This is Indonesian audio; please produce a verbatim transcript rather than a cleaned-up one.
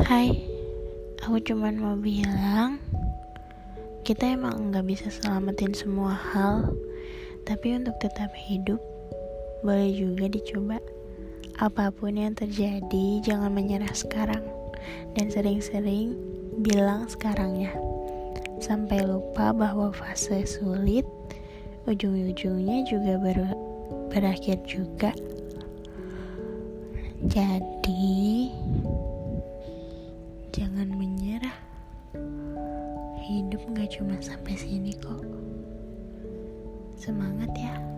Hai, aku cuman mau bilang kita emang gak bisa selamatin semua hal, tapi untuk tetap hidup boleh juga dicoba. Apapun yang terjadi, jangan menyerah sekarang, dan sering-sering bilang sekarangnya, sampai lupa bahwa fase sulit ujung-ujungnya juga baru berakhir juga. Jadi jangan menyerah. Hidup gak cuma sampai sini kok. Semangat ya.